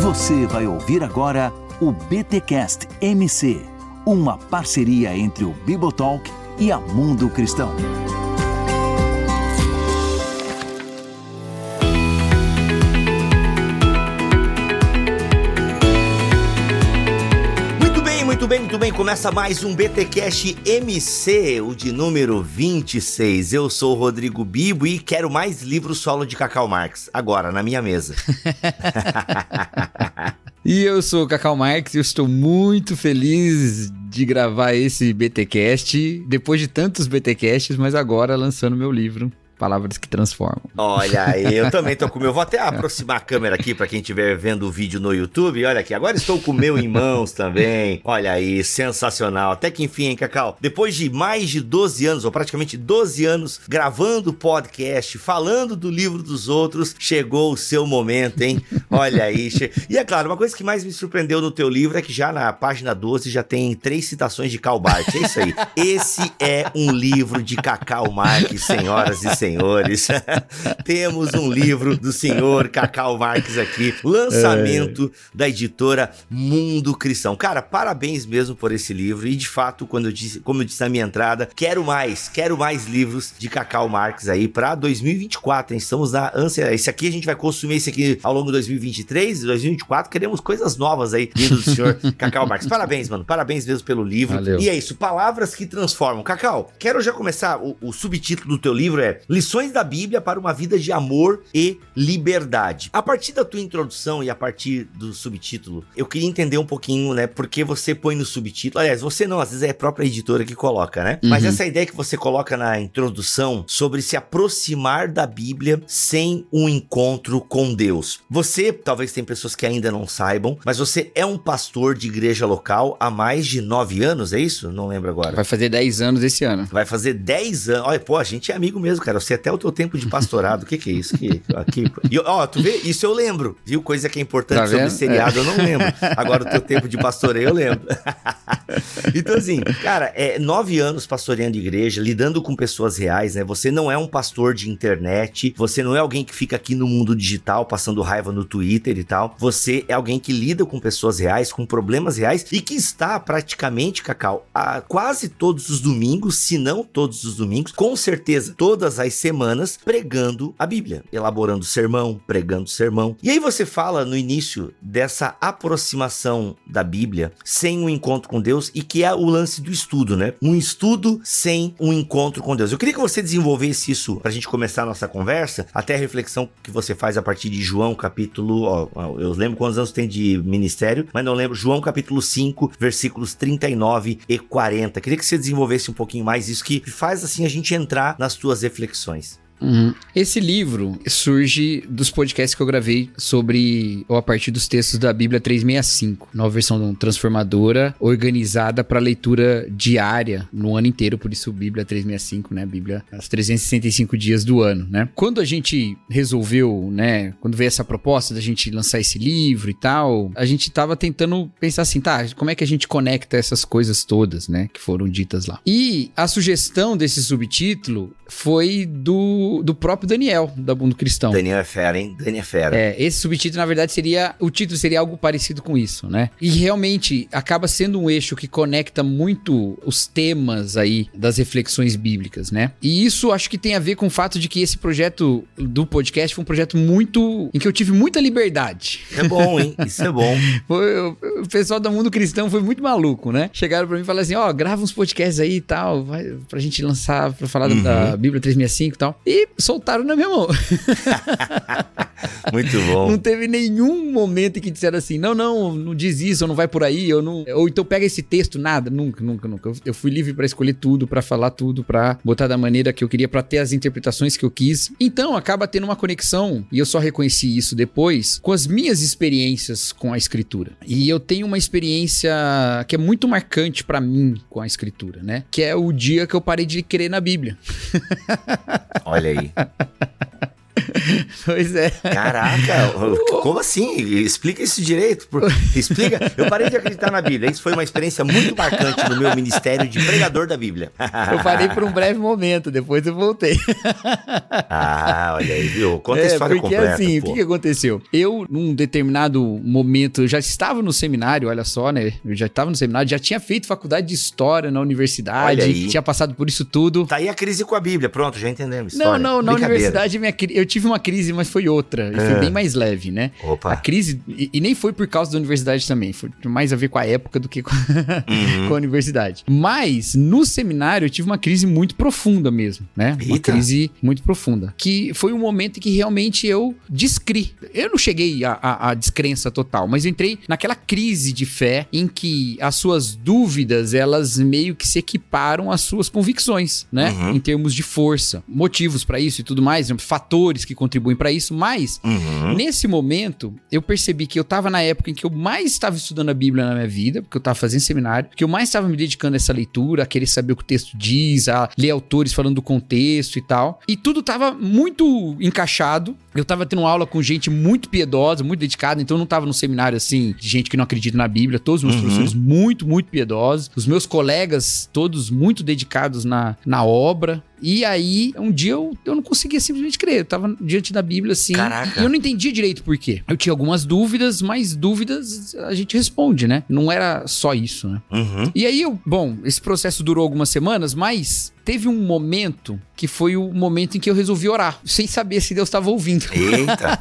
Você vai ouvir agora o BTcast MC, uma parceria entre o Bibotalk e a Mundo Cristão. Muito bem, começa mais um BTcast MC, o de número 26. Eu sou o Rodrigo Bibo e quero mais livro solo de Cacau Marx, agora, na minha mesa. E eu sou o Cacau Marx e eu estou muito feliz de gravar esse BTcast, depois de tantos BTcasts, mas agora lançando meu livro. Palavras que transformam. Olha aí, eu também tô com o meu. Vou até aproximar a câmera aqui pra quem estiver vendo o vídeo no YouTube. Olha aqui, agora estou com o meu em mãos também. Olha aí, sensacional. Até que enfim, hein, Cacau? Depois de mais de 12 anos, ou praticamente 12 anos, gravando podcast, falando do livro dos outros, chegou o seu momento, hein? Olha aí. E é claro, uma coisa que mais me surpreendeu no teu livro é que já na página 12 já tem 3 citações de Karl Barth. É isso aí. Esse é um livro de Cacau Marx, senhoras e senhores. Temos um livro do senhor Cacau Marx aqui, lançamento da editora Mundo Cristão. Cara, parabéns mesmo por esse livro e de fato, como eu disse na minha entrada, quero mais livros de Cacau Marx aí pra 2024, hein? Estamos na ânsia, esse aqui a gente vai consumir esse aqui ao longo de 2023, 2024, queremos coisas novas aí vindo do senhor Cacau Marx. Parabéns, mano, parabéns mesmo pelo livro. Valeu. E é isso, palavras que transformam. Cacau, quero já começar, o subtítulo do teu livro é Lições da Bíblia para uma vida de amor e liberdade. A partir da tua introdução e a partir do subtítulo, eu queria entender um pouquinho, né, porque você põe no subtítulo, aliás, você não, às vezes é a própria editora que coloca, né? Mas essa ideia que você coloca na introdução sobre se aproximar da Bíblia sem um encontro com Deus. Você, talvez tem pessoas que ainda não saibam, mas você é um pastor de igreja local há mais de 9 anos, é isso? Não lembro agora. Vai fazer 10 anos esse ano. Vai fazer 10 anos. Olha, pô, a gente é amigo mesmo, cara. Você até o teu tempo de pastorado. O que é isso? E, ó, tu vê? Isso eu lembro. Viu? Coisa que é importante tá sobre seriado, eu não lembro. Agora o teu tempo de pastoreio eu lembro. Então assim, cara, 9 anos pastoreando igreja, lidando com pessoas reais, né? Você não é um pastor de internet, você não é alguém que fica aqui no mundo digital passando raiva no Twitter e tal. Você é alguém que lida com pessoas reais, com problemas reais e que está praticamente, Cacau, a quase todos os domingos, se não todos os domingos, com certeza todas as semanas, pregando a Bíblia, elaborando sermão, pregando sermão. E aí você fala no início dessa aproximação da Bíblia sem um encontro com Deus e que é o lance do estudo, né? Um estudo sem um encontro com Deus. Eu queria que você desenvolvesse isso pra gente começar a nossa conversa, até a reflexão que você faz a partir de João capítulo, eu lembro quantos anos tem de ministério, mas não lembro, João capítulo 5, versículos 39 e 40. Queria que você desenvolvesse um pouquinho mais isso, que faz assim a gente entrar nas tuas reflexões. Esse livro surge dos podcasts que eu gravei sobre, ou a partir dos textos da Bíblia 365, nova versão transformadora, organizada para leitura diária no ano inteiro, por isso Bíblia 365, né? Bíblia, os 365 dias do ano, né? Quando a gente resolveu, né? Quando veio essa proposta da gente lançar esse livro e tal, a gente tava tentando pensar assim, tá, como é que a gente conecta essas coisas todas, né? Que foram ditas lá. E a sugestão desse subtítulo foi do próprio Daniel, da Mundo Cristão. Daniel é fera, hein? Daniel é fera. Esse subtítulo, na verdade, o título seria algo parecido com isso, né? E realmente acaba sendo um eixo que conecta muito os temas aí das reflexões bíblicas, né? E isso acho que tem a ver com o fato de que esse projeto do podcast foi um projeto em que eu tive muita liberdade. É bom, hein? Isso é bom. O pessoal da Mundo Cristão foi muito maluco, né? Chegaram pra mim e falaram assim, grava uns podcasts aí e tal, pra gente lançar, pra falar da Bíblia 365 e tal. E soltaram na minha mão. Muito bom. Não teve nenhum momento em que disseram assim, não diz isso, ou não vai por aí, ou então pega esse texto, nada, nunca. Eu fui livre pra escolher tudo, pra falar tudo, pra botar da maneira que eu queria, pra ter as interpretações que eu quis. Então, acaba tendo uma conexão, e eu só reconheci isso depois, com as minhas experiências com a escritura. E eu tenho uma experiência que é muito marcante pra mim com a escritura, né? Que é o dia que eu parei de crer na Bíblia. Olha aí. Pois é. Caraca, como assim? Explica isso direito. Explica. Eu parei de acreditar na Bíblia. Isso foi uma experiência muito marcante no meu ministério de pregador da Bíblia. Eu parei por um breve momento, depois eu voltei. Olha aí, viu? Conta a história porque completa. Assim, o que aconteceu? Eu, num determinado momento, eu já estava no seminário, olha só, né? Eu já estava no seminário, já tinha feito faculdade de História na universidade, tinha passado por isso tudo. Tá aí a crise com a Bíblia, pronto, já entendemos. Não, na universidade eu tive uma crise, mas foi outra. Foi bem mais leve, né? Opa. A crise, e nem foi por causa da universidade também, foi mais a ver com a época do que com a universidade. Mas, no seminário, eu tive uma crise muito profunda mesmo, né? Uma crise muito profunda. Que foi um momento em que realmente eu descri. Eu não cheguei à descrença total, mas eu entrei naquela crise de fé em que as suas dúvidas, elas meio que se equiparam às suas convicções, né? Em termos de força, motivos pra isso e tudo mais, fatores que contribuem pra isso, mas nesse momento eu percebi que eu tava na época em que eu mais estava estudando a Bíblia na minha vida, porque eu tava fazendo seminário, que eu mais estava me dedicando a essa leitura, a querer saber o que o texto diz, a ler autores falando do contexto e tal, e tudo tava muito encaixado. Eu tava tendo aula com gente muito piedosa, muito dedicada, então eu não tava num seminário assim, de gente que não acredita na Bíblia, todos os meus professores muito, muito piedosos, os meus colegas todos muito dedicados na obra. E aí, um dia eu não conseguia simplesmente crer. Eu tava diante da Bíblia, assim. Caraca. E eu não entendia direito por quê. Eu tinha algumas dúvidas, mas dúvidas a gente responde, né? Não era só isso, né? E aí, esse processo durou algumas semanas, mas teve um momento que foi o momento em que eu resolvi orar, sem saber se Deus estava ouvindo. Eita!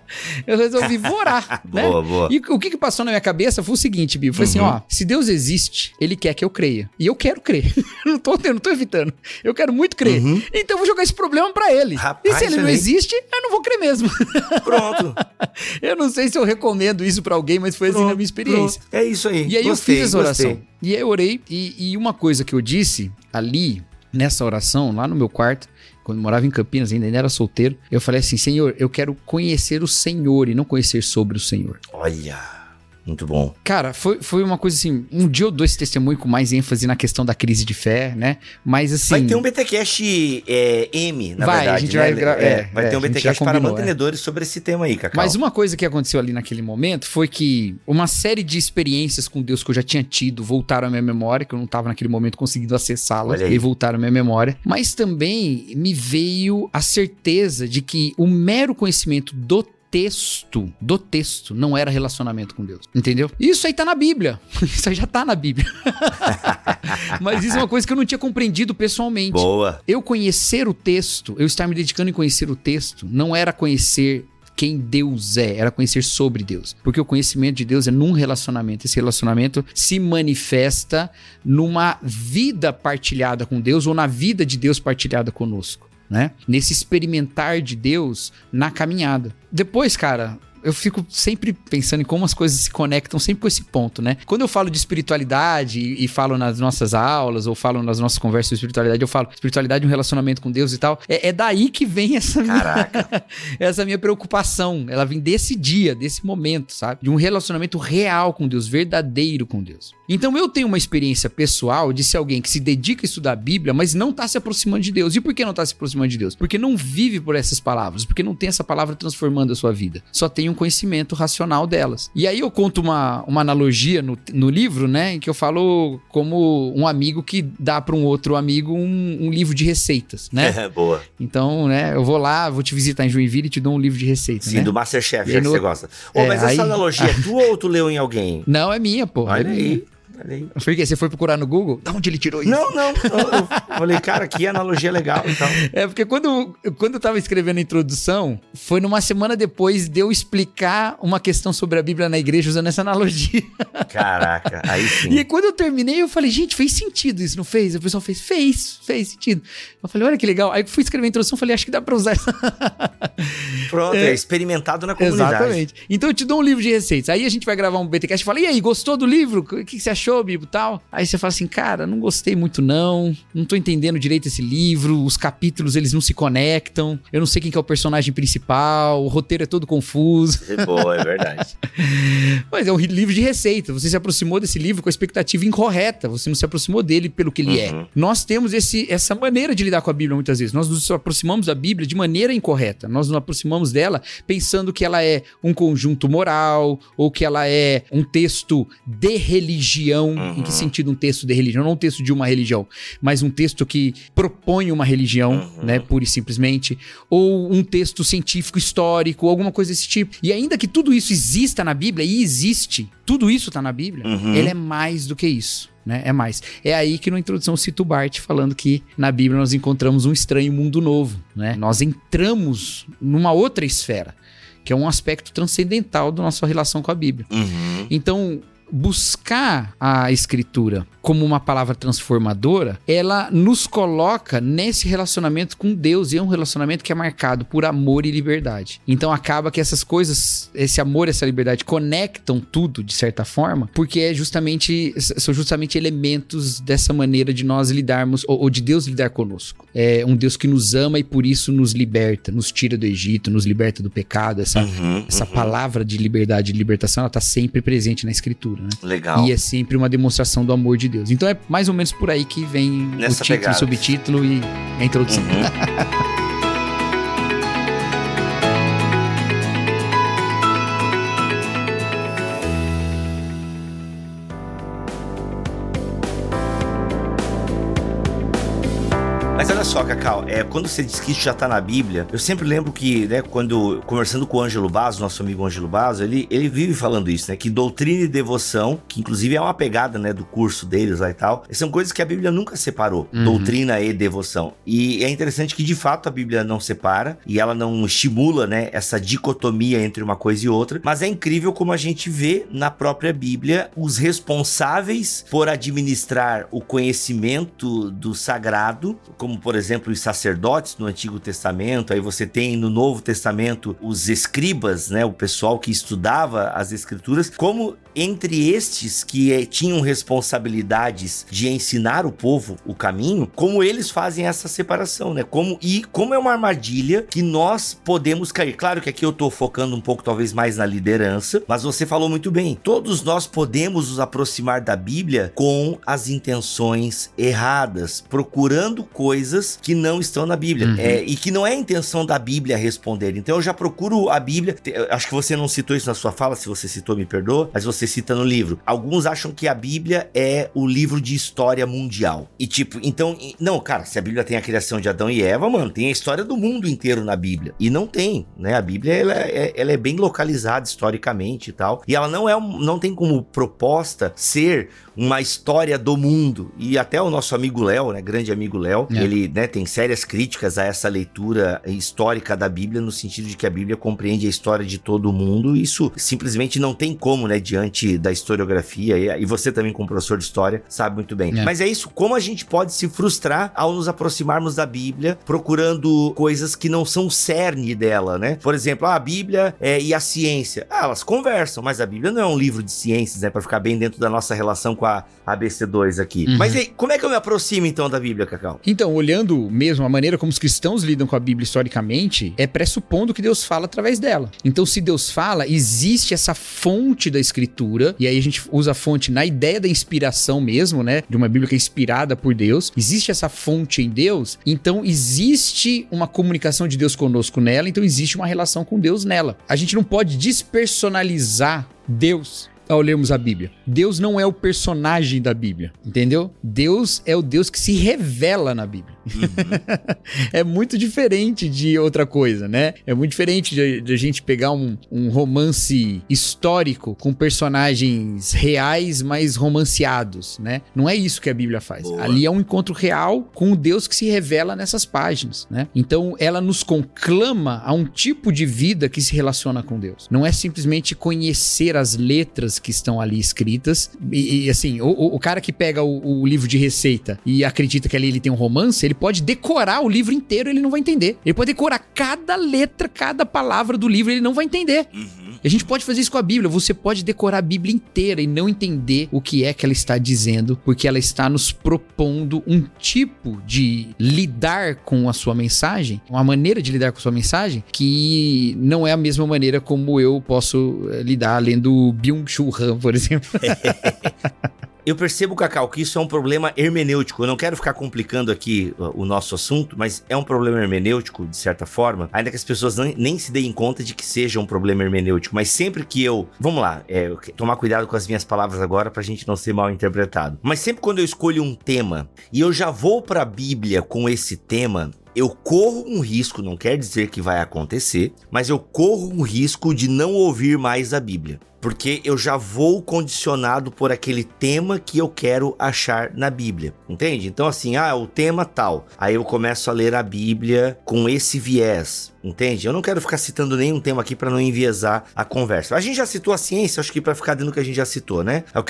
Eu resolvi orar, né? Boa. E o que passou na minha cabeça foi o seguinte, Bíblia. Foi assim, se Deus existe, Ele quer que eu creia. E eu quero crer. Eu não tô evitando. Eu quero muito crer. Então eu vou jogar esse problema pra Ele. Rapaz, e se Ele não existe, eu não vou crer mesmo. Pronto. Eu não sei se eu recomendo isso pra alguém, mas foi assim na minha experiência. Pronto. É isso aí. E aí eu fiz essa oração. E aí eu orei. E uma coisa que eu disse ali, nessa oração, lá no meu quarto, quando eu morava em Campinas, ainda era solteiro, eu falei assim, Senhor, eu quero conhecer o Senhor e não conhecer sobre o Senhor. Olha, muito bom. Cara, foi uma coisa assim, um dia eu dou esse testemunho com mais ênfase na questão da crise de fé, né? Mas assim... Vai ter um BTcast M, na verdade, a gente né? Vai ter um BTcast para mantenedores sobre esse tema aí, Cacau. Mas uma coisa que aconteceu ali naquele momento foi que uma série de experiências com Deus que eu já tinha tido voltaram à minha memória, que eu não estava naquele momento conseguindo acessá-las, e voltaram à minha memória. Mas também me veio a certeza de que o mero conhecimento do texto não era relacionamento com Deus, entendeu? Isso aí tá na Bíblia, isso aí já tá na Bíblia. Mas isso é uma coisa que eu não tinha compreendido pessoalmente. Boa. Eu conhecer o texto, eu estar me dedicando em conhecer o texto, não era conhecer quem Deus era conhecer sobre Deus. Porque o conhecimento de Deus é num relacionamento. Esse relacionamento se manifesta numa vida partilhada com Deus ou na vida de Deus partilhada conosco, né? Nesse experimentar de Deus na caminhada. Depois, cara, eu fico sempre pensando em como as coisas se conectam sempre com esse ponto, né? Quando eu falo de espiritualidade e falo nas nossas aulas ou falo nas nossas conversas de espiritualidade, eu falo espiritualidade, um relacionamento com Deus e tal. É daí que vem essa minha preocupação. Ela vem desse dia, desse momento, sabe? De um relacionamento real com Deus, verdadeiro com Deus. Então eu tenho uma experiência pessoal de ser alguém que se dedica a estudar a Bíblia, mas não tá se aproximando de Deus. E por que não tá se aproximando de Deus? Porque não vive por essas palavras, porque não tem essa palavra transformando a sua vida. Só tem um conhecimento racional delas. E aí eu conto uma analogia no livro, né, em que eu falo como um amigo que dá para um outro amigo um livro de receitas, né? Boa. Então, né, eu vou lá, vou te visitar em Joinville e te dou um livro de receitas, sim, né? do Masterchef, já que você gosta. Mas essa analogia é tua ou tu leu em alguém? Não, é minha, pô. Olha aí. Eu falei que você foi procurar no Google? De onde ele tirou isso? Não. Eu falei, cara, que analogia legal e tal. É, porque quando eu tava escrevendo a introdução, foi numa semana depois de eu explicar uma questão sobre a Bíblia na igreja usando essa analogia. Caraca, aí sim. E aí, quando eu terminei, eu falei, gente, fez sentido isso, não fez? O pessoal fez sentido. Eu falei, olha que legal. Aí eu fui escrever a introdução, falei, acho que dá pra usar essa. Pronto, é experimentado na comunidade. Exatamente. Então eu te dou um livro de receitas. Aí a gente vai gravar um BTcast e fala, e aí, gostou do livro? O que você achou? achou, Bibo, tal? Aí você fala assim, cara, não gostei muito não tô entendendo direito esse livro, os capítulos, eles não se conectam, eu não sei quem que é o personagem principal, o roteiro é todo confuso. É boa, é verdade. Mas é um livro de receita, você se aproximou desse livro com a expectativa incorreta, você não se aproximou dele pelo que ele é. Nós temos essa maneira de lidar com a Bíblia muitas vezes, nós nos aproximamos da Bíblia de maneira incorreta, nós nos aproximamos dela pensando que ela é um conjunto moral, ou que ela é um texto de religião. Em que sentido um texto de religião? Não um texto de uma religião, mas um texto que propõe uma religião, né, pura e simplesmente, ou um texto científico, histórico, alguma coisa desse tipo. E ainda que tudo isso exista na Bíblia, e existe, tudo isso tá na Bíblia, ele é mais do que isso. Né? É mais. É aí que na introdução eu cito o Barth falando que na Bíblia nós encontramos um estranho mundo novo, né? Nós entramos numa outra esfera, que é um aspecto transcendental da nossa relação com a Bíblia. Então, buscar a Escritura como uma palavra transformadora, ela nos coloca nesse relacionamento com Deus, e é um relacionamento que é marcado por amor e liberdade. Então acaba que essas coisas, esse amor e essa liberdade conectam tudo, de certa forma, porque são justamente elementos dessa maneira de nós lidarmos, ou de Deus lidar conosco. É um Deus que nos ama e por isso nos liberta, nos tira do Egito, nos liberta do pecado. Essa palavra de liberdade e libertação, ela está sempre presente na Escritura. Né? Legal. E é sempre uma demonstração do amor de Deus. Então é mais ou menos por aí que vem nessa o título, pegada, o subtítulo e a introdução. Mas olha só, Cacau, quando você diz que isso já tá na Bíblia, eu sempre lembro que, né, quando conversando com o Ângelo Basso, nosso amigo Ângelo Basso, ele vive falando isso, né, que doutrina e devoção, que inclusive é uma pegada, né, do curso deles lá e tal, são coisas que a Bíblia nunca separou, doutrina e devoção. E é interessante que de fato a Bíblia não separa, e ela não estimula, né, essa dicotomia entre uma coisa e outra, mas é incrível como a gente vê na própria Bíblia os responsáveis por administrar o conhecimento do sagrado, como por exemplo os sacerdotes no Antigo Testamento. Aí você tem no Novo Testamento os escribas, né, o pessoal que estudava as Escrituras, como entre estes que tinham responsabilidades de ensinar o povo o caminho, como eles fazem essa separação, né? Como é uma armadilha que nós podemos cair. Claro que aqui eu tô focando um pouco talvez mais na liderança, mas você falou muito bem. Todos nós podemos nos aproximar da Bíblia com as intenções erradas, procurando coisas que não estão na Bíblia. E que não é a intenção da Bíblia responder. Então eu já procuro a Bíblia. Acho que você não citou isso na sua fala, se você citou me perdoa, mas você cita no livro. Alguns acham que a Bíblia é o livro de história mundial. E tipo, então, não, cara, se a Bíblia tem a criação de Adão e Eva, mano, tem a história do mundo inteiro na Bíblia. E não tem, né? A Bíblia, ela é bem localizada historicamente e tal. E ela não tem como proposta ser uma história do mundo. E até o nosso amigo Léo, né, grande amigo Léo, ele, né, tem sérias críticas a essa leitura histórica da Bíblia, no sentido de que a Bíblia compreende a história de todo o mundo. Isso simplesmente não tem como, né, diante da historiografia, e você também como professor de história sabe muito bem. Mas é isso, como a gente pode se frustrar ao nos aproximarmos da Bíblia, procurando coisas que não são o cerne dela, né? Por exemplo, a Bíblia e a ciência, elas conversam, mas a Bíblia não é um livro de ciências, né, para ficar bem dentro da nossa relação com a ABC2 aqui. Mas aí, como é que eu me aproximo então da Bíblia, Cacau? Então, olhando mesmo a maneira como os cristãos lidam com a Bíblia historicamente, é pressupondo que Deus fala através dela. Então, se Deus fala, existe essa fonte da Escritura, e aí a gente usa a fonte na ideia da inspiração mesmo, né? De uma Bíblia que é inspirada por Deus. Existe essa fonte em Deus, então existe uma comunicação de Deus conosco nela, então existe uma relação com Deus nela. A gente não pode despersonalizar Deus ao lermos a Bíblia. Deus não é o personagem da Bíblia, entendeu? Deus é o Deus que se revela na Bíblia. É muito diferente de outra coisa, né? É muito diferente de a gente pegar um romance histórico com personagens reais, mas romanceados, né? Não é isso que a Bíblia faz. Boa. Ali é um encontro real com o Deus que se revela nessas páginas, né? Então, ela nos conclama a um tipo de vida que se relaciona com Deus. Não é simplesmente conhecer as letras que estão ali escritas. E assim, o cara que pega o livro de receita e acredita que ali ele tem um romance, ele pode decorar o livro inteiro, ele não vai entender. Ele pode decorar cada letra, cada palavra do livro, ele não vai entender. E a gente pode fazer isso com a Bíblia. Você pode decorar a Bíblia inteira e não entender o que é que ela está dizendo, porque ela está nos propondo um tipo de lidar com a sua mensagem, uma maneira de lidar com a sua mensagem, que não é a mesma maneira como eu posso lidar lendo Byung-Chul Han, por exemplo. Eu percebo, Cacau, que isso é um problema hermenêutico. Eu não quero ficar complicando aqui o nosso assunto, mas é um problema hermenêutico, de certa forma, ainda que as pessoas nem se deem conta de que seja um problema hermenêutico. Mas sempre que eu... Vamos lá, tomar cuidado com as minhas palavras agora pra gente não ser mal interpretado. Mas sempre quando eu escolho um tema e eu já vou pra Bíblia com esse tema, eu corro um risco, não quer dizer que vai acontecer, mas eu corro um risco de não ouvir mais a Bíblia. Porque eu já vou condicionado por aquele tema que eu quero achar na Bíblia, entende? Então assim, o tema tal, aí eu começo a ler a Bíblia com esse viés, entende? Eu não quero ficar citando nenhum tema aqui para não enviesar a conversa. A gente já citou a ciência, acho que para ficar dentro do que a gente já citou, né? Eu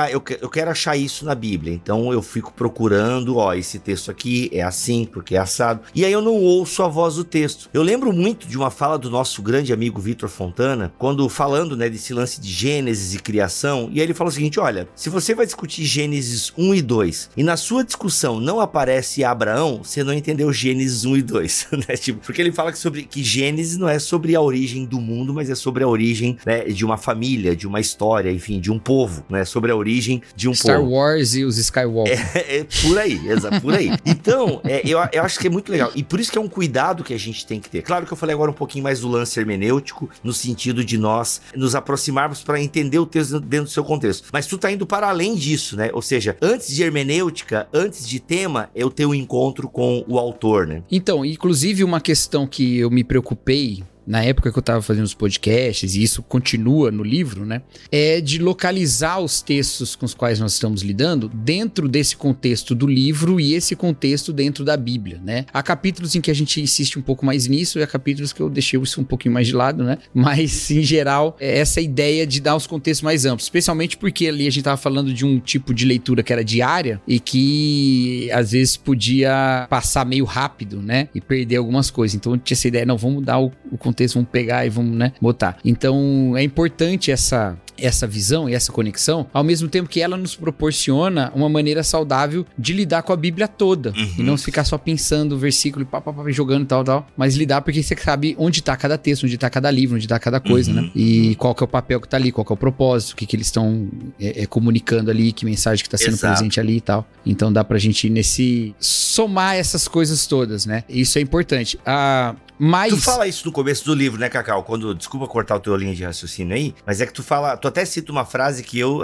quero achar isso na Bíblia, então eu fico procurando, esse texto aqui é assim, porque é assado, e aí eu não ouço a voz do texto. Eu lembro muito de uma fala do nosso grande amigo Vitor Fontana, quando falando, né, desse lance de Gênesis e criação, e aí ele fala o seguinte: olha, se você vai discutir Gênesis 1 e 2, e na sua discussão não aparece Abraão, você não entendeu Gênesis 1 e 2, né? Porque ele fala que Gênesis não é sobre a origem do mundo, mas é sobre a origem, né, de uma família, de uma história, enfim, de um povo, né, sobre a origem de um povo. Star Wars e os Skywalker. Por aí, por aí. Então, eu acho que é muito legal, e por isso que é um cuidado que a gente tem que ter. Claro que eu falei agora um pouquinho mais do lance hermenêutico, no sentido de nós nos aproximarmos para entender o texto dentro do seu contexto. Mas tu tá indo para além disso, né? Ou seja, antes de hermenêutica, antes de tema, eu tenho um encontro com o autor, né? Então, inclusive uma questão que eu me preocupei na época que eu tava fazendo os podcasts, e isso continua no livro, né? É de localizar os textos com os quais nós estamos lidando dentro desse contexto do livro e esse contexto dentro da Bíblia, né? Há capítulos em que a gente insiste um pouco mais nisso e há capítulos que eu deixei isso um pouquinho mais de lado, né? Mas, em geral, é essa ideia de dar os contextos mais amplos, especialmente porque ali a gente tava falando de um tipo de leitura que era diária e que, às vezes, podia passar meio rápido, né? E perder algumas coisas. Então, eu tinha essa ideia, não, vamos dar o contexto, vamos pegar e vamos, né, botar. Então, é importante essa visão e essa conexão, ao mesmo tempo que ela nos proporciona uma maneira saudável de lidar com a Bíblia toda. E não ficar só pensando o versículo e jogando tal, mas lidar porque você sabe onde tá cada texto, onde tá cada livro, onde tá cada coisa, né? E qual que é o papel que tá ali, qual que é o propósito, o que eles estão comunicando ali, que mensagem que tá sendo presente ali e tal. Então dá pra gente ir somar essas coisas todas, né? Isso é importante. Mas... Tu fala isso no começo do livro, né, Cacau? Desculpa cortar o teu linha de raciocínio aí, mas é que tu até cita uma frase que eu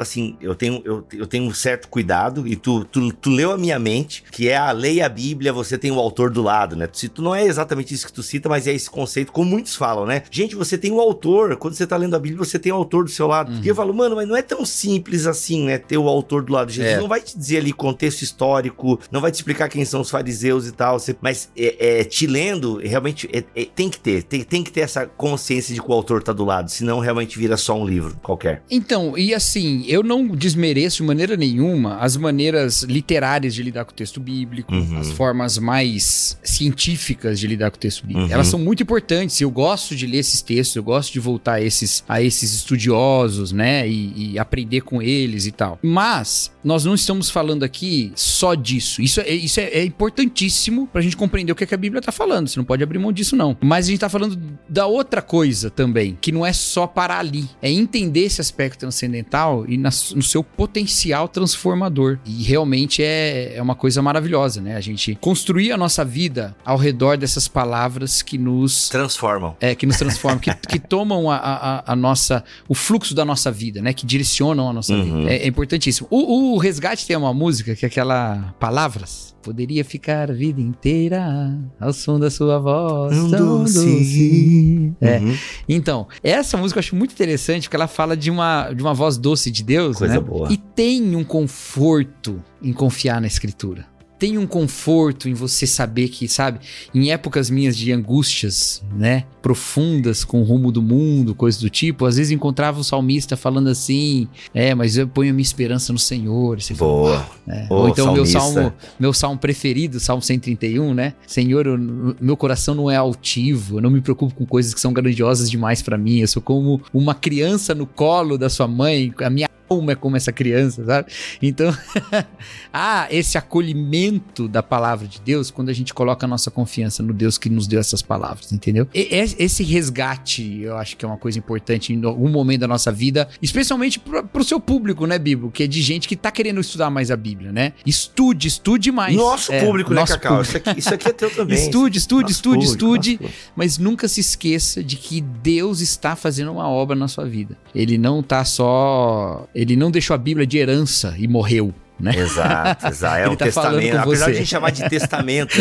tenho um certo cuidado, e tu leu a minha mente, que é leia a Bíblia, você tem o autor do lado, né? Tu não é exatamente isso que tu cita, mas é esse conceito, como muitos falam, né? Gente, você tem o autor, quando você tá lendo a Bíblia, você tem o autor do seu lado. E eu falo, mano, mas não é tão simples assim, né, ter o autor do lado. Jesus não vai te dizer ali contexto histórico, não vai te explicar quem são os fariseus e tal, mas te lendo, realmente... Tem que ter essa consciência de que o autor tá do lado, senão realmente vira só um livro qualquer. Então, e assim, eu não desmereço de maneira nenhuma as maneiras literárias de lidar com o texto bíblico, as formas mais científicas de lidar com o texto bíblico. Elas são muito importantes, eu gosto de ler esses textos, eu gosto de voltar a esses estudiosos, né, e aprender com eles e tal. Mas, nós não estamos falando aqui só disso. Isso é importantíssimo pra gente compreender o que a Bíblia tá falando, você não pode abrir mão disso não. Mas a gente tá falando da outra coisa também, que não é só parar ali. É entender esse aspecto transcendental e no seu potencial transformador. E realmente é uma coisa maravilhosa, né? A gente construir a nossa vida ao redor dessas palavras que nos... transformam. Que nos transformam, que tomam o fluxo da nossa vida, né? Que direcionam a nossa vida. É importantíssimo. O Resgate tem uma música que é aquela Palavras. Poderia ficar a vida inteira ao som da sua voz tão doce. Então, essa música eu acho muito interessante porque ela fala de uma voz doce de Deus, coisa né? Boa. E tem um conforto em confiar na Escritura. tem um conforto em você saber que, sabe, em épocas minhas de angústias, né, profundas com o rumo do mundo, coisas do tipo, às vezes encontrava o salmista falando assim, mas eu ponho a minha esperança no Senhor. Você Boa. Fala, ou então meu salmo preferido, Salmo 131, né? Senhor, meu coração não é altivo, eu não me preocupo com coisas que são grandiosas demais pra mim, eu sou como uma criança no colo da sua mãe, a minha alma é como essa criança, sabe? Então, esse acolhimento da palavra de Deus quando a gente coloca a nossa confiança no Deus que nos deu essas palavras, entendeu? Esse resgate, eu acho que é uma coisa importante em algum momento da nossa vida, especialmente pro seu público, né, Bíblia? Que é de gente que tá querendo estudar mais a Bíblia, né? Estude mais. Nosso público, né, Cacau? Isso aqui é teu também. Estude, mas nunca se esqueça de que Deus está fazendo uma obra na sua vida. Ele não deixou a Bíblia de herança e morreu. Né? Exato. É um testamento. Apesar de a gente chamar de testamento.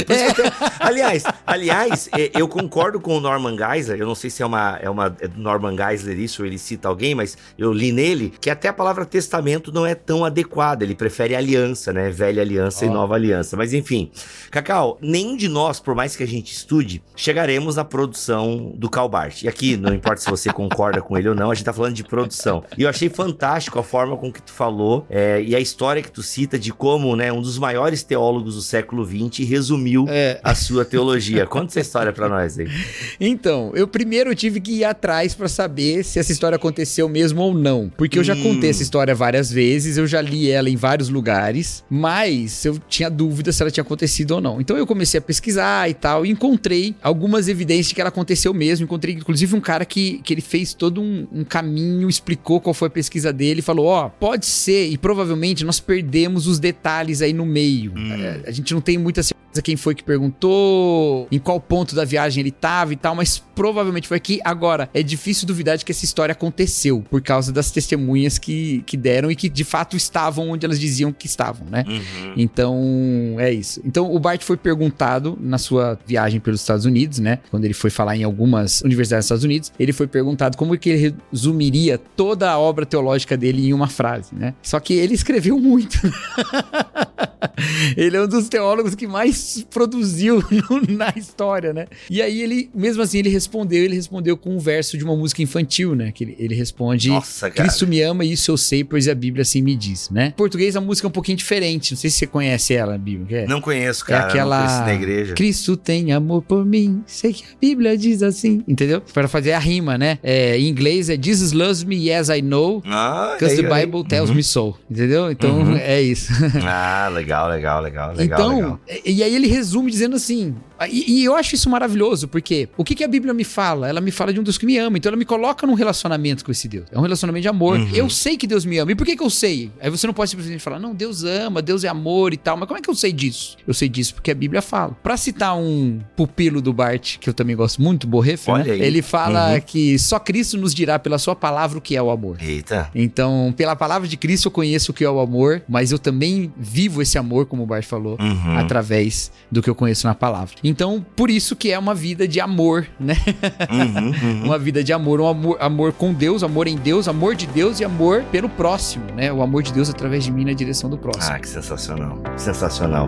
Aliás, eu concordo com o Norman Geisler. Eu não sei se é do Norman Geisler isso, ou ele cita alguém, mas eu li nele que até a palavra testamento não é tão adequada. Ele prefere aliança, né? Velha aliança e nova aliança. Mas enfim, Cacau, nenhum de nós, por mais que a gente estude, chegaremos à produção do Karl Barth. E aqui, não importa se você concorda com ele ou não, a gente tá falando de produção. E eu achei fantástico a forma com que tu falou e a história que tu cita de como, né, um dos maiores teólogos do século XX resumiu a sua teologia. Conta essa história pra nós aí. Então, eu primeiro tive que ir atrás pra saber se essa história aconteceu mesmo ou não. Porque eu já contei essa história várias vezes, eu já li ela em vários lugares, mas eu tinha dúvida se ela tinha acontecido ou não. Então eu comecei a pesquisar e tal, e encontrei algumas evidências de que ela aconteceu mesmo. Encontrei, inclusive, um cara que ele fez todo um caminho, explicou qual foi a pesquisa dele, falou, pode ser, e provavelmente nós perdemos os detalhes aí no meio. A gente não tem muita certeza quem foi que perguntou, em qual ponto da viagem ele tava e tal, mas provavelmente foi aqui. Agora, é difícil duvidar de que essa história aconteceu, por causa das testemunhas que deram e que de fato estavam onde elas diziam que estavam, né? Então, é isso. Então, o Barth foi perguntado na sua viagem pelos Estados Unidos, né? Quando ele foi falar em algumas universidades dos Estados Unidos, ele foi perguntado como que ele resumiria toda a obra teológica dele em uma frase, né? Só que ele escreveu muito. Ele é um dos teólogos que mais produziu na história, né? E aí ele, mesmo assim, ele respondeu com um verso de uma música infantil, né? Que ele responde: Nossa, Cristo me ama e isso eu sei, pois a Bíblia assim me diz, né? Em português a música é um pouquinho diferente, não sei se você conhece ela, Bíblia. Não conheço, cara, é aquela, não conheço na igreja. Cristo tem amor por mim, sei que a Bíblia diz assim, entendeu? Para fazer a rima, né? Em inglês é Jesus loves me, yes I know, because the Bible tells me so, entendeu? Então é isso. Legal. Então, legal. E aí ele resume dizendo assim, e eu acho isso maravilhoso, porque o que a Bíblia me fala? Ela me fala de um Deus que me ama, então ela me coloca num relacionamento com esse Deus. É um relacionamento de amor. Eu sei que Deus me ama. E por que eu sei? Aí você não pode simplesmente falar, não, Deus ama, Deus é amor e tal, mas como é que eu sei disso? Eu sei disso porque a Bíblia fala. Pra citar um pupilo do Barth, que eu também gosto muito, Bonhoeffer, né? Ele fala que só Cristo nos dirá pela sua palavra o que é o amor. Eita. Então, pela palavra de Cristo eu conheço o que é o amor, mas eu também vivo esse amor, como o Barth falou, através do que eu conheço na palavra. Então, por isso que é uma vida de amor, né? Uma vida de amor, amor com Deus, amor em Deus, amor de Deus e amor pelo próximo, né? O amor de Deus através de mim na direção do próximo. Que sensacional. Sensacional.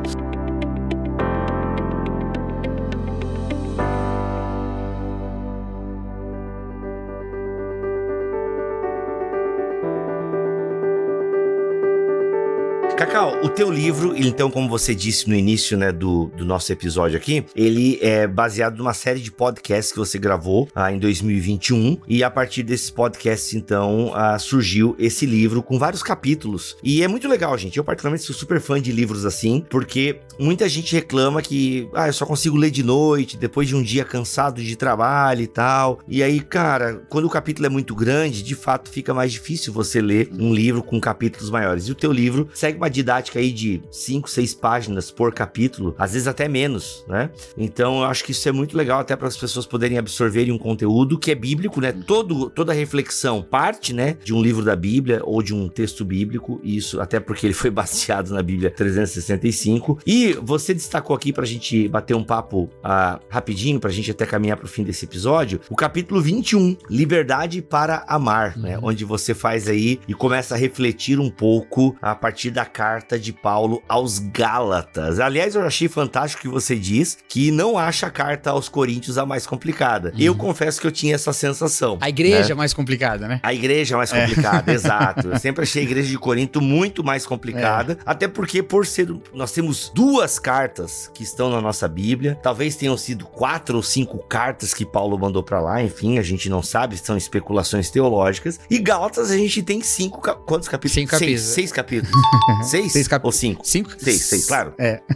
Cacau, o teu livro, então, como você disse no início, né, do nosso episódio aqui, ele é baseado numa série de podcasts que você gravou em 2021, e a partir desses podcasts, então, surgiu esse livro com vários capítulos. E é muito legal, gente. Eu, particularmente, sou super fã de livros assim, porque muita gente reclama que, eu só consigo ler de noite, depois de um dia cansado de trabalho e tal. E aí, cara, quando o capítulo é muito grande, de fato, fica mais difícil você ler um livro com capítulos maiores. E o teu livro segue uma didática aí de 5, 6 páginas por capítulo, às vezes até menos, né? Então eu acho que isso é muito legal até para as pessoas poderem absorverem um conteúdo que é bíblico, né? Toda reflexão parte, né, de um livro da Bíblia ou de um texto bíblico, isso até porque ele foi baseado na Bíblia 365. E você destacou aqui pra gente bater um papo rapidinho, pra gente até caminhar pro fim desse episódio, o capítulo 21, Liberdade para Amar, né? Onde você faz aí e começa a refletir um pouco a partir da carta de Paulo aos Gálatas. Aliás, eu achei fantástico que você diz que não acha a carta aos Coríntios a mais complicada. Eu confesso que eu tinha essa sensação. A igreja mais complicada, né? A igreja mais complicada, exato. Eu sempre achei a igreja de Corinto muito mais complicada, até porque nós temos 2 cartas que estão na nossa Bíblia, talvez tenham sido 4 ou 5 cartas que Paulo mandou pra lá, enfim, a gente não sabe, são especulações teológicas, e Gálatas a gente tem 5, quantos capítulos? 5 capítulos. 6 capítulos. 6? 6 ou 5? 5? 6, claro.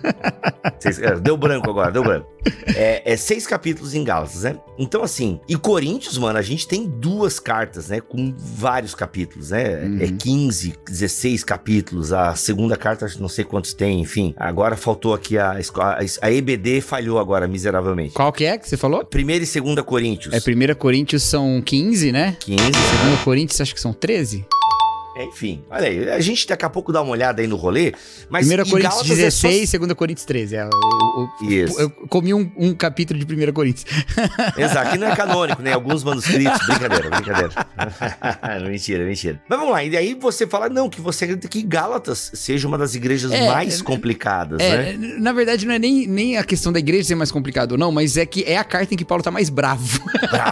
6, deu branco agora, deu branco. 6 capítulos em Gálatas, né? Então, assim, e Coríntios, mano, a gente tem 2 cartas, né? Com vários capítulos, né? 15, 16 capítulos. A segunda carta, não sei quantos tem, enfim. Agora faltou aqui a EBD falhou agora, miseravelmente. Qual que é que você falou? 1ª e 2ª Coríntios. 1ª Coríntios são 15, né? 15. 2ª Coríntios, acho que são 13. Enfim, olha aí, a gente daqui a pouco dá uma olhada aí no rolê, mas 1ª Coríntios 16, 2ª Coríntios 13. Isso. Eu comi um capítulo de 1ª Coríntios. Exato, que não é canônico, né? Alguns manuscritos, brincadeira. Mentira. Mas vamos lá, e aí você fala, não, que você acredita que Gálatas seja uma das igrejas mais complicadas, né? Na verdade, não é nem a questão da igreja ser mais complicada ou não, mas é que é a carta em que Paulo tá mais bravo.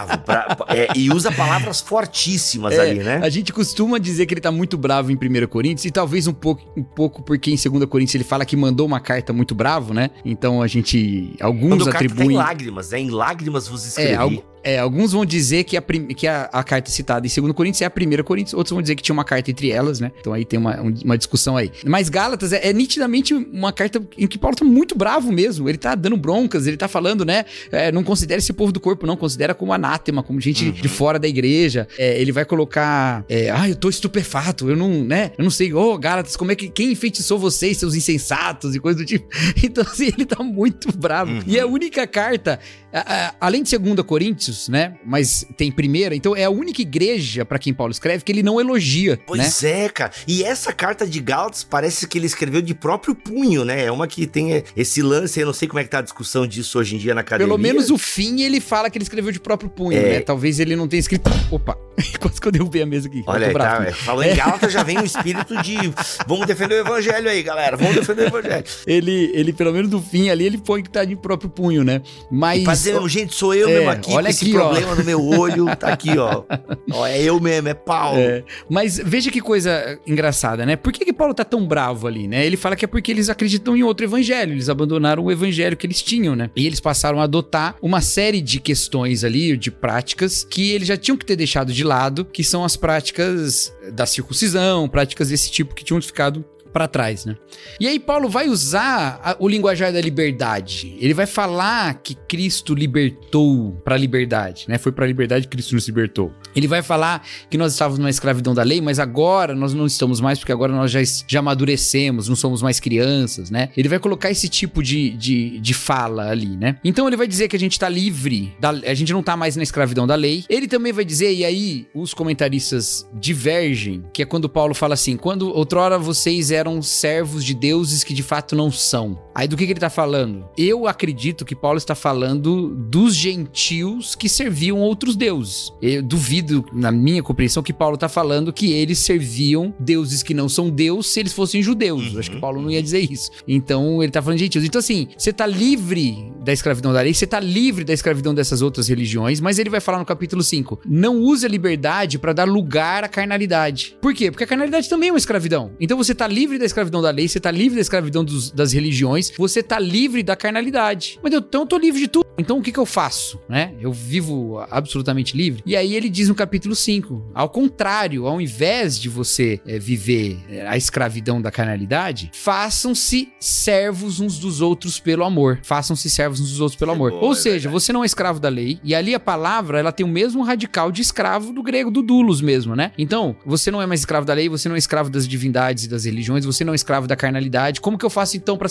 E usa palavras fortíssimas ali, né? A gente costuma dizer que ele tá muito bravo em 1ª Coríntios, e talvez um pouco porque em 2ª Coríntios ele fala que mandou uma carta muito bravo, né? Então alguns atribuem... Em lágrimas, né? Em lágrimas vos escrevi. Alguns vão dizer que a carta citada em 2ª Coríntios é a 1ª Coríntios, outros vão dizer que tinha uma carta entre elas, né? Então aí tem uma discussão aí. Mas Gálatas é nitidamente uma carta em que Paulo tá muito bravo mesmo, ele tá dando broncas, ele tá falando, né? Não considera esse povo do corpo, não, considera como anátema, como gente de fora da igreja. Ele vai colocar, eu tô estupefato, eu não sei, Gálatas, como é que, quem enfeitiçou vocês, seus insensatos e coisa do tipo. Então assim, ele tá muito bravo. E a única carta, além de 2ª Coríntios, né? Mas tem 1ª, então é a única igreja pra quem Paulo escreve que ele não elogia, Pois né? É, cara. E essa carta de Gálatas parece que ele escreveu de próprio punho, né? É uma que tem esse lance, eu não sei como é que tá a discussão disso hoje em dia na academia. Pelo menos o fim ele fala que ele escreveu de próprio punho, né? Talvez ele não tenha escrito... Opa, quase que eu derrubei a mesa aqui. Olha, falando em Gálatas já vem o espírito de vamos defender o evangelho aí, galera, vamos defender o evangelho. Ele pelo menos no fim ali, ele põe que tá de próprio punho, né? Mas... E fazer, gente, sou eu mesmo aqui, olha com esse aqui, problema no meu olho, tá aqui, ó. É eu mesmo, é Paulo. Mas veja que coisa engraçada, né? Por que Paulo tá tão bravo ali, né? Ele fala que é porque eles acreditam em outro evangelho, eles abandonaram o evangelho que eles tinham, né? E eles passaram a adotar uma série de questões ali, de práticas, que eles já tinham que ter deixado de lado, que são as práticas da circuncisão, práticas desse tipo que tinham ficado pra trás, né? E aí Paulo vai usar o linguajar da liberdade. Ele vai falar que Cristo libertou pra liberdade, né? Foi pra liberdade que Cristo nos libertou. Ele vai falar que nós estávamos na escravidão da lei, mas agora nós não estamos mais, porque agora nós já amadurecemos, não somos mais crianças, né? Ele vai colocar esse tipo de fala ali, né? Então ele vai dizer que a gente tá livre, a gente não tá mais na escravidão da lei. Ele também vai dizer, e aí os comentaristas divergem, que é quando Paulo fala assim, quando outrora vocês eram servos de deuses que de fato não são. Aí do que ele tá falando? Eu acredito que Paulo está falando dos gentios que serviam outros deuses. Eu duvido, na minha compreensão, que Paulo tá falando que eles serviam deuses que não são Deus se eles fossem judeus. Eu acho que Paulo não ia dizer isso. Então ele tá falando de gentios. Então assim, você tá livre da escravidão da lei, você tá livre da escravidão dessas outras religiões, mas ele vai falar no capítulo 5, não use a liberdade para dar lugar à carnalidade. Por quê? Porque a carnalidade também é uma escravidão. Então você tá livre da escravidão da lei, você tá livre da escravidão das religiões, você tá livre da carnalidade. Mas então eu tô livre de tudo. Então o que eu faço, né? Eu vivo absolutamente livre. E aí ele diz no capítulo 5, ao contrário, ao invés de você viver a escravidão da carnalidade, façam-se servos uns dos outros pelo amor. Façam-se servos uns dos outros pelo amor. Ou seja, você não é escravo da lei, e ali a palavra, ela tem o mesmo radical de escravo do grego, do doulos mesmo, né? Então, você não é mais escravo da lei, você não é escravo das divindades e das religiões, você não é escravo da carnalidade. Como que eu faço então para ser livre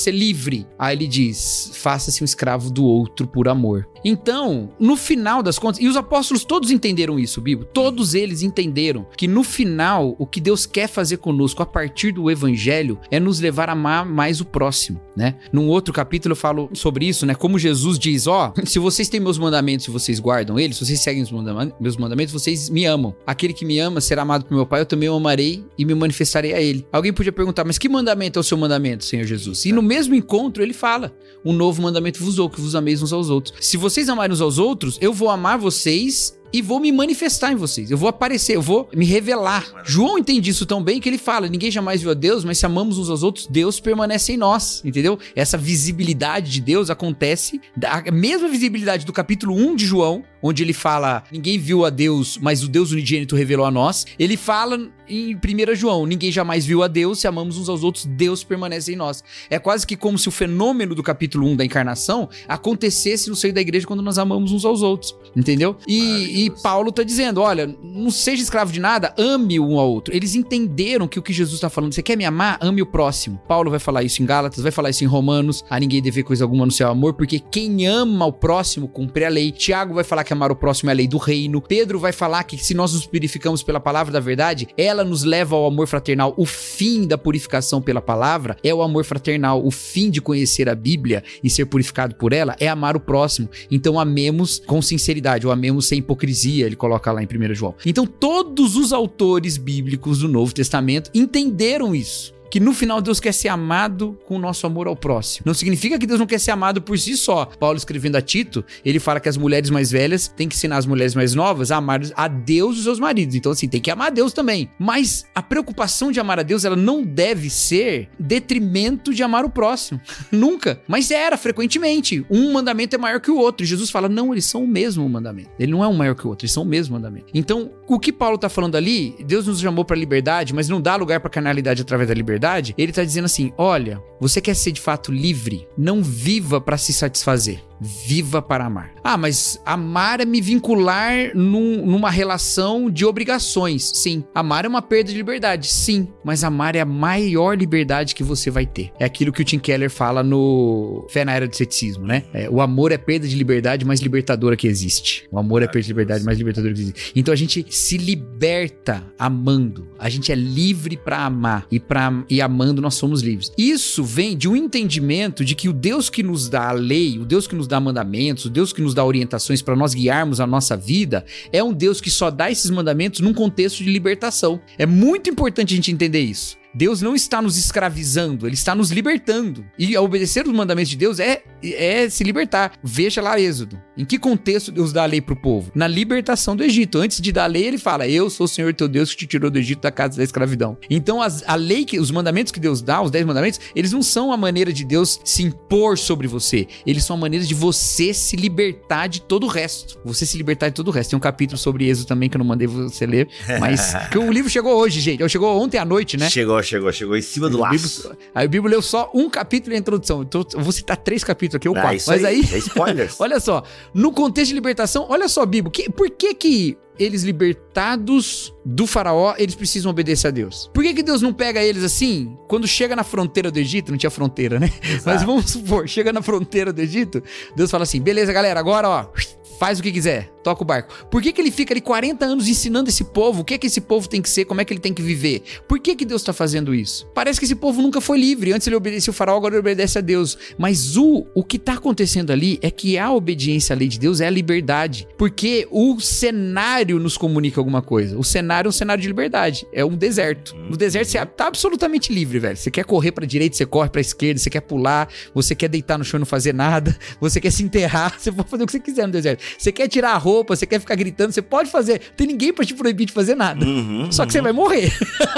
livre. Aí ele diz, faça-se um escravo do outro por amor. Então, no final das contas, e os apóstolos todos entenderam isso, Bíblia, todos eles entenderam que no final, o que Deus quer fazer conosco a partir do evangelho é nos levar a amar mais o próximo, né? Num outro capítulo eu falo sobre isso, né? Como Jesus diz, se vocês têm meus mandamentos e vocês guardam eles, se vocês seguem os meus mandamentos, vocês me amam. Aquele que me ama será amado por meu Pai, eu também o amarei e me manifestarei a ele. Alguém podia perguntar, mas que mandamento é o seu mandamento, Senhor Jesus? E no mesmo encontro ele fala, um novo mandamento vos dou, que vos ameis uns aos outros. Se vocês amarem uns aos outros, eu vou amar vocês e vou me manifestar em vocês, eu vou aparecer, eu vou me revelar. João entende isso tão bem que ele fala, ninguém jamais viu a Deus, mas se amamos uns aos outros, Deus permanece em nós, entendeu? Essa visibilidade de Deus acontece, a mesma visibilidade do capítulo 1 de João, onde ele fala, ninguém viu a Deus, mas o Deus unigênito revelou a nós. Ele fala em 1 João, ninguém jamais viu a Deus, se amamos uns aos outros, Deus permanece em nós. É quase que como se o fenômeno do capítulo 1 da encarnação acontecesse no seio da igreja quando nós amamos uns aos outros, entendeu? E Paulo tá dizendo, olha, não seja escravo de nada, ame um ao outro. Eles entenderam que o que Jesus tá falando, você quer me amar? Ame o próximo. Paulo vai falar isso em Gálatas, vai falar isso em Romanos, a ninguém dever coisa alguma no seu amor, porque quem ama o próximo cumpre a lei. Tiago vai falar que amar o próximo é a lei do reino. Pedro vai falar que se nós nos purificamos pela palavra da verdade, ela nos leva ao amor fraternal. O fim da purificação pela palavra é o amor fraternal. O fim de conhecer a Bíblia e ser purificado por ela é amar o próximo. Então amemos com sinceridade, ou amemos sem hipocrisia, ele coloca lá em 1 João. Então todos os autores bíblicos do Novo Testamento entenderam isso. Que no final Deus quer ser amado com o nosso amor ao próximo. Não significa que Deus não quer ser amado por si só. Paulo escrevendo a Tito, ele fala que as mulheres mais velhas têm que ensinar as mulheres mais novas a amar a Deus e os seus maridos. Então assim, tem que amar a Deus também. Mas a preocupação de amar a Deus, ela não deve ser detrimento de amar o próximo. Nunca. Mas era frequentemente. Um mandamento é maior que o outro. E Jesus fala, não, eles são o mesmo mandamento. Ele não é um maior que o outro, eles são o mesmo mandamento. Então, o que Paulo tá falando ali, Deus nos chamou pra liberdade, mas não dá lugar pra carnalidade através da liberdade. Ele tá dizendo assim, olha, você quer ser de fato livre? Não viva para se satisfazer. Viva para amar. Ah, mas amar é me vincular numa relação de obrigações. Sim. Amar é uma perda de liberdade. Sim. Mas amar é a maior liberdade que você vai ter. É aquilo que o Tim Keller fala no Fé na Era do Ceticismo, né? O amor é perda de liberdade mais libertadora que existe. O amor é perda de liberdade mais libertadora que existe. Então a gente se liberta amando. A gente é livre para amar. E amando nós somos livres. Isso vem de um entendimento de que o Deus que nos dá a lei, o Deus que nos dá mandamentos, o Deus que nos dá orientações para nós guiarmos a nossa vida, é um Deus que só dá esses mandamentos num contexto de libertação. É muito importante a gente entender isso. Deus não está nos escravizando, Ele está nos libertando. E obedecer os mandamentos de Deus é se libertar. Veja lá Êxodo. Em que contexto Deus dá a lei para o povo? Na libertação do Egito. Antes de dar a lei, Ele fala, eu sou o Senhor teu Deus que te tirou do Egito da casa da escravidão. Então a lei, os mandamentos que Deus dá, os 10 mandamentos, eles não são a maneira de Deus se impor sobre você. Eles são a maneira de você se libertar de todo o resto. Você se libertar de todo o resto. Tem um capítulo sobre Êxodo também que eu não mandei você ler, mas que o livro chegou hoje, gente. Chegou ontem à noite, né? Chegou em cima do laço. Aí o Bíblia leu só um capítulo e a introdução. Então eu vou citar 3 capítulos aqui, ou 4. Mas aí é spoilers. Olha só, no contexto de libertação, olha só, Bíblia, por que eles libertados do faraó, eles precisam obedecer a Deus? Por que Deus não pega eles assim? Quando chega na fronteira do Egito, não tinha fronteira, né? Exato. Mas vamos supor, chega na fronteira do Egito, Deus fala assim, beleza, galera, agora, ó, faz o que quiser, toca o barco. Por que ele fica ali 40 anos ensinando esse povo? O que esse povo tem que ser? Como é que ele tem que viver? Por que Deus está fazendo isso? Parece que esse povo nunca foi livre. Antes ele obedecia o faraó, agora ele obedece a Deus. Mas o que está acontecendo ali é que a obediência à lei de Deus é a liberdade. Porque o cenário nos comunica alguma coisa. O cenário é um cenário de liberdade. É um deserto. No deserto você tá absolutamente livre, velho. Você quer correr pra direita, você corre pra esquerda, você quer pular, você quer deitar no chão e não fazer nada, você quer se enterrar, você pode fazer o que você quiser no deserto. Você quer tirar a roupa, você quer ficar gritando, você pode fazer. Não tem ninguém pra te proibir de fazer nada. Só que você vai morrer.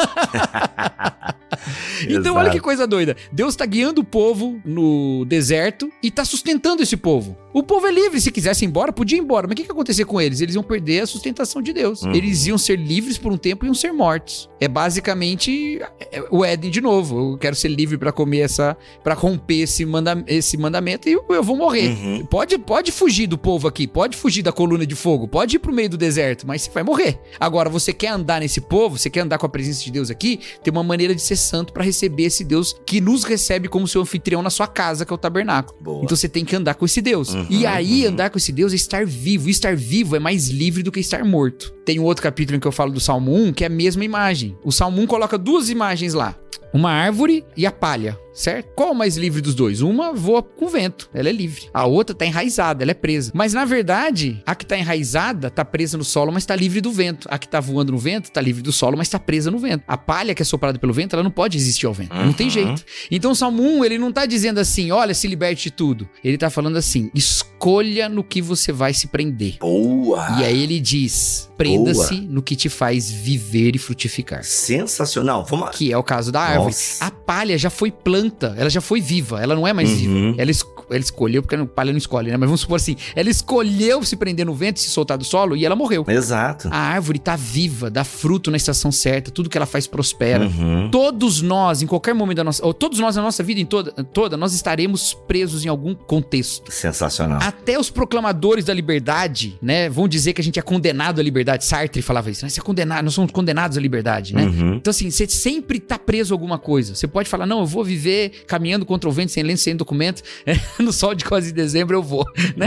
Então olha que coisa doida. Deus tá guiando o povo no deserto e tá sustentando esse povo. O povo é livre, se quisesse ir embora, podia ir embora. Mas o que ia acontecer com eles? Eles iam perder a sustentação de Deus. Eles iam ser livres por um tempo e iam ser mortos. É basicamente o Éden de novo. Eu quero ser livre pra comer pra romper esse mandamento e eu vou morrer. Pode fugir do povo aqui, pode fugir da coluna de fogo, pode ir pro meio do deserto, mas você vai morrer. Agora, você quer andar nesse povo, você quer andar com a presença de Deus aqui, tem uma maneira de ser Santo para receber esse Deus que nos recebe como seu anfitrião na sua casa, que é o tabernáculo. Boa. Então você tem que andar com esse Deus. E aí, andar com esse Deus é estar vivo. E estar vivo é mais livre do que estar morto. Tem um outro capítulo em que eu falo do Salmo 1, que é a mesma imagem. O Salmo 1 coloca duas imagens lá. Uma árvore e a palha, certo? Qual é o mais livre dos dois? Uma voa com o vento, ela é livre. A outra tá enraizada, ela é presa. Mas na verdade, a que tá enraizada tá presa no solo, mas tá livre do vento. A que tá voando no vento tá livre do solo, mas tá presa no vento. A palha que é soprada pelo vento, ela não pode resistir ao vento. Não tem jeito. Então o Salmo 1, ele não tá dizendo assim, olha, se liberte de tudo. Ele tá falando assim, escolha no que você vai se prender. Boa! E aí ele diz, prenda-se no que te faz viver e frutificar. Sensacional. Vamos... Que é o caso da árvore. Nossa. A palha já foi planta, ela já foi viva, ela não é mais viva. Ela escolheu, porque a palha não escolhe, né? Mas vamos supor assim, ela escolheu se prender no vento, se soltar do solo e ela morreu. Exato. A árvore tá viva, dá fruto na estação certa, tudo que ela faz prospera. Todos nós, em qualquer momento da nossa... Ou todos nós na nossa vida toda, nós estaremos presos em algum contexto. Sensacional. Até os proclamadores da liberdade, né? Vão dizer que a gente é condenado à liberdade. Sartre falava isso, né? Você é condenado, nós somos condenados à liberdade, né? Então assim, você sempre tá preso a alguma coisa. Você pode falar, não, eu vou viver caminhando contra o vento, sem lenço, sem documento. No sol de quase dezembro eu vou, né?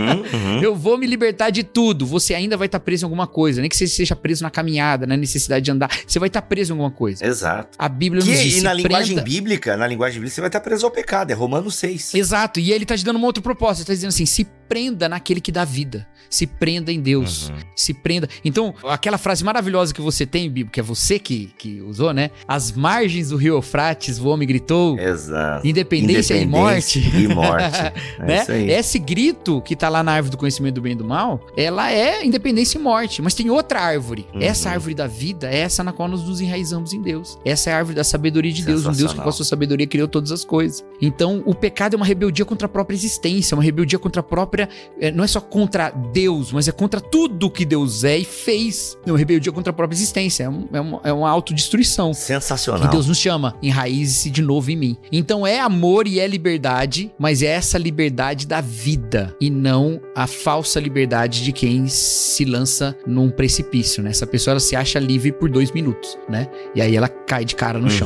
Eu vou me libertar de tudo. Você ainda vai estar preso em alguma coisa. Nem que você seja preso na caminhada, na necessidade de andar. Você vai estar preso em alguma coisa. Exato. A Bíblia nos diz, e na linguagem prenda... bíblica, você vai estar preso ao pecado. É Romanos 6. Exato. E ele tá te dando uma outra proposta. Ele tá dizendo assim, se prenda naquele que dá vida. Se prenda em Deus. Se prenda. Então, aquela frase maravilhosa que você tem, Bíblia, que é você que usou, né? As margens do rio Eufrates, o homem gritou. Exato. Independência e morte. E morte. Né? Isso aí. Esse grito que tá lá na árvore do conhecimento do bem e do mal, ela é independência e morte. Mas tem outra árvore. Essa árvore da vida é essa na qual nós nos enraizamos em Deus. Essa é a árvore da sabedoria de Deus. Um Deus que com a sua sabedoria criou todas as coisas. Então, o pecado é uma rebeldia contra a própria existência. Uma rebeldia contra a própria... Não é só contra Deus, mas é contra tudo que Deus é e fez. É uma rebeldia contra a própria existência. É uma autodestruição. Sensacional. Que Deus nos chama. Enraize-se de novo em mim. Então é amor e é liberdade, mas é essa liberdade da vida e não a falsa liberdade de quem se lança num precipício, né? Essa pessoa, ela se acha livre por 2 minutos, né? E aí ela cai de cara no chão.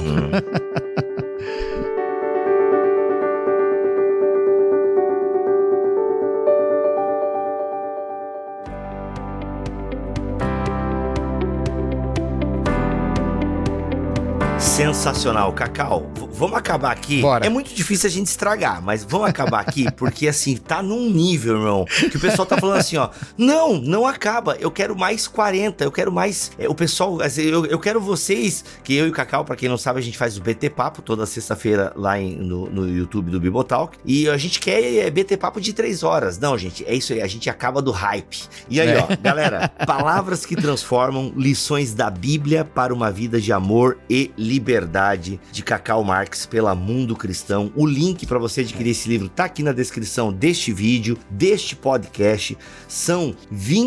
Sensacional. Cacau, vamos acabar aqui. Bora. É muito difícil a gente estragar, mas vamos acabar aqui, porque assim, tá num nível, irmão, que o pessoal tá falando assim, ó, não acaba, eu quero mais 40, eu quero mais, o pessoal, eu quero vocês, que eu e o Cacau, pra quem não sabe, a gente faz o BT Papo toda sexta-feira lá no YouTube do Bibotalk, e a gente quer BT Papo de 3 horas. Não, gente, é isso aí, a gente acaba do hype. E aí, ó, galera, palavras que transformam, lições da Bíblia para uma vida de amor e liberdade, de Cacau Marques pela Mundo Cristão. O link para você adquirir esse livro tá aqui na descrição deste vídeo, deste podcast. São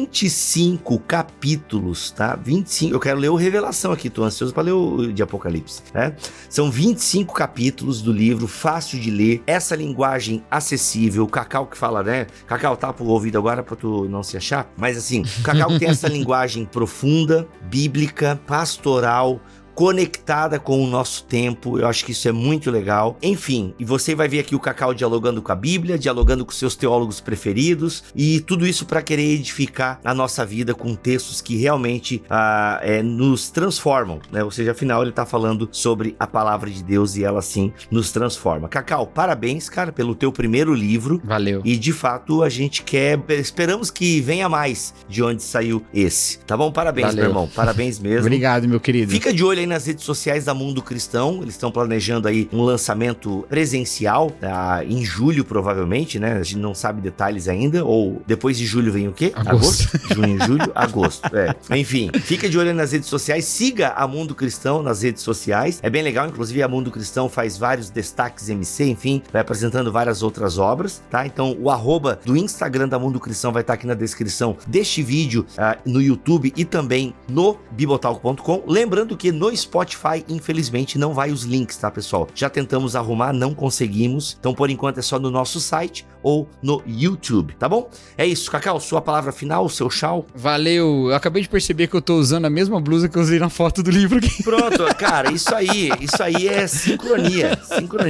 25 capítulos, tá? 25. Eu quero ler o Revelação aqui, tô ansioso para ler o de Apocalipse, né? São 25 capítulos do livro, fácil de ler, essa linguagem acessível. O Cacau que fala, né? Cacau, tapa o ouvido agora para tu não se achar, mas assim, o Cacau tem essa linguagem profunda, bíblica, pastoral, conectada com o nosso tempo. Eu acho que isso é muito legal. Enfim, e você vai ver aqui o Cacau dialogando com a Bíblia, dialogando com seus teólogos preferidos, e tudo isso para querer edificar a nossa vida com textos que realmente nos transformam, né? Ou seja, afinal ele tá falando sobre a palavra de Deus e ela sim nos transforma. Cacau, parabéns, cara, pelo teu primeiro livro. Valeu. E de fato a gente esperamos que venha mais de onde saiu esse. Tá bom? Parabéns, meu irmão. Parabéns mesmo. Obrigado, meu querido. Fica de olho aí nas redes sociais da Mundo Cristão. Eles estão planejando aí um lançamento presencial em julho, provavelmente, né? A gente não sabe detalhes ainda. Ou depois de julho vem o quê? Agosto? Junho, julho, agosto. Enfim, fica de olho aí nas redes sociais. Siga a Mundo Cristão nas redes sociais. É bem legal. Inclusive, a Mundo Cristão faz vários destaques MC, enfim, vai apresentando várias outras obras, tá? Então, o @ do Instagram da Mundo Cristão vai estar aqui na descrição deste vídeo no YouTube e também no bibotalk.com. Lembrando que no Spotify, infelizmente, não vai os links, tá, pessoal? Já tentamos arrumar, não conseguimos. Então, por enquanto, é só no nosso site ou no YouTube, tá bom? É isso, Cacau, sua palavra final, seu tchau. Valeu, eu acabei de perceber que eu tô usando a mesma blusa que eu usei na foto do livro aqui. Pronto, cara, isso aí é sincronia.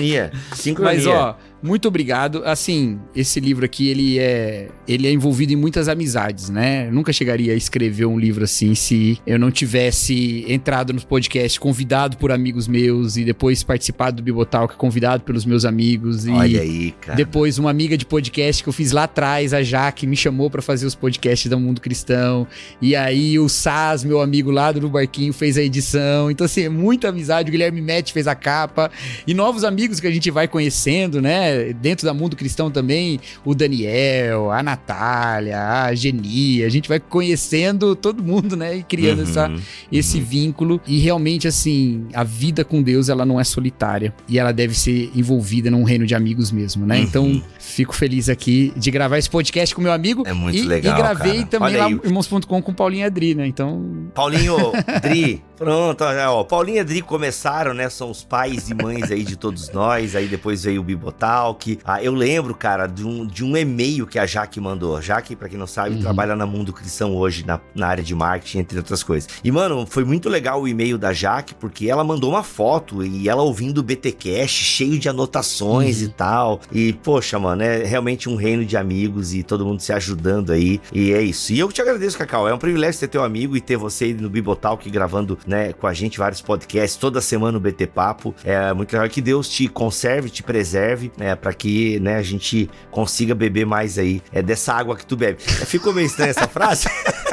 Mas, ó, muito obrigado. Assim, esse livro aqui, ele é envolvido em muitas amizades, né? Eu nunca chegaria a escrever um livro assim se eu não tivesse entrado nos podcasts, convidado por amigos meus e depois participado do Bibotalk, convidado pelos meus amigos. E olha aí, cara. Depois uma amiga de podcast que eu fiz lá atrás, a Jaque, me chamou pra fazer os podcasts do Mundo Cristão. E aí o Saz, meu amigo lá do Barquinho, fez a edição. Então, assim, é muita amizade. O Guilherme Mete fez a capa. E novos amigos que a gente vai conhecendo, né? Dentro da Mundo Cristão também, o Daniel, a Natália, a Geni, a gente vai conhecendo todo mundo, né, e criando esse vínculo, e realmente, assim, a vida com Deus, ela não é solitária, e ela deve ser envolvida num reino de amigos mesmo, né, então, fico feliz aqui de gravar esse podcast com meu amigo, é muito legal, e gravei cara. Também lá no Irmãos.com com Paulinho e Adri, né, então... Paulinho, Adri, pronto, ó, Paulinho e Adri começaram, né, são os pais e mães aí de todos nós, aí depois veio o Bibotalk. Eu lembro, cara, de um e-mail que a Jaque mandou. Jaque, pra quem não sabe, trabalha na Mundo Cristão hoje, na área de marketing, entre outras coisas. E, mano, foi muito legal o e-mail da Jaque, porque ela mandou uma foto e ela ouvindo o BTcast, cheio de anotações e tal. E, poxa, mano, é realmente um reino de amigos e todo mundo se ajudando aí. E é isso. E eu te agradeço, Cacau. É um privilégio ter teu amigo e ter você aí no Bibotalk gravando, né, com a gente vários podcasts, toda semana o BT Papo. É muito legal. Que Deus te conserve, te preserve, né, para que, né, a gente consiga beber mais aí dessa água que tu bebe. Ficou meio estranha essa frase?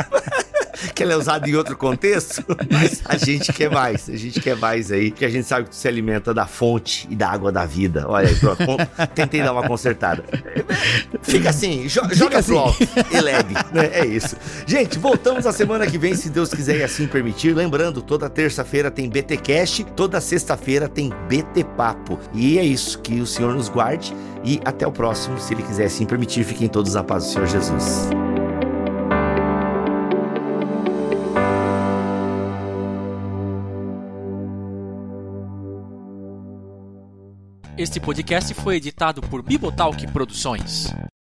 Que ela é usada em outro contexto, mas a gente quer mais aí, porque a gente sabe que tu se alimenta da fonte e da água da vida. Olha aí, pronto, tentei dar uma consertada. Fica assim, joga pro alto e leve, né? É isso. Gente, voltamos a semana que vem, se Deus quiser e assim permitir. Lembrando, toda terça-feira tem BTcast, toda sexta-feira tem BT Papo. E é isso, que o Senhor nos guarde e até o próximo, se Ele quiser assim permitir. Fiquem todos na paz do Senhor Jesus. Este podcast foi editado por Bibotalk Produções.